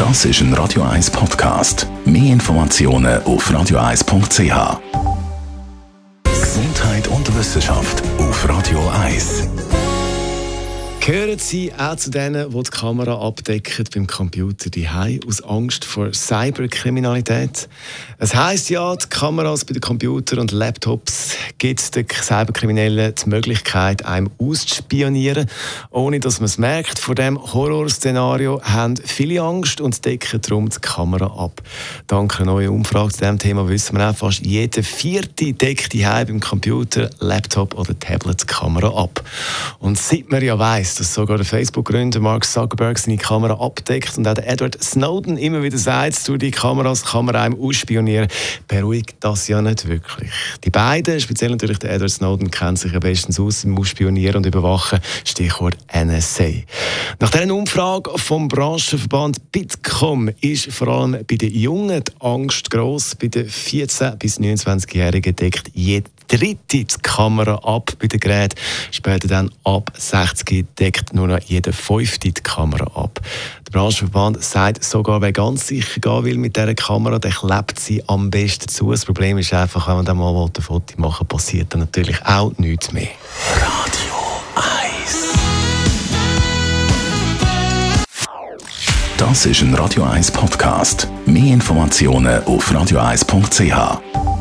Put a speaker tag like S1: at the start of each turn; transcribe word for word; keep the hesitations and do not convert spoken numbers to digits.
S1: Das ist ein Radio eins Podcast. Mehr Informationen auf radio eins punkt c h. Gesundheit und Wissenschaft auf Radio eins.
S2: Gehören Sie auch zu denen, die die Kamera abdecken beim Computer daheim aus Angst vor Cyberkriminalität? Es heisst ja, die Kameras bei den Computern und Laptops gibt den Cyberkriminellen die Möglichkeit, einem auszuspionieren, ohne dass man es merkt. Vor diesem Horrorszenario haben viele Angst und decken darum die Kamera ab. Dank einer neuen Umfrage zu diesem Thema wissen wir auch, fast jeder Vierte deckt daheim beim Computer, Laptop oder Tablet die Kamera ab. Und seit man ja weiss, dass sogar der Facebook-Gründer Mark Zuckerberg seine Kamera abdeckt und auch der Edward Snowden immer wieder sagt, durch die Kameras kann man einem ausspionieren, beruhigt das ja nicht wirklich. Die beiden, speziell natürlich der Edward Snowden, kennen sich ja bestens aus im Ausspionieren und Überwachen, Stichwort N S A. Nach dieser Umfrage vom Branchenverband Bitkom ist vor allem bei den Jungen die Angst gross. Bei den vierzehn- bis neunundzwanzigjährigen deckt jeder Dritte die Kamera ab bei den Geräten. Später dann ab sechzig deckt nur noch jeder Fünfte die Kamera ab. Der Branchenverband sagt sogar, wer ganz sicher gehen will mit dieser Kamera, der klebt sie am besten zu. Das Problem ist einfach, wenn man dann mal ein Foto machen will, passiert dann natürlich auch nichts mehr.
S1: Radio eins. Das ist ein Radio eins Podcast. Mehr Informationen auf radio eins punkt c h.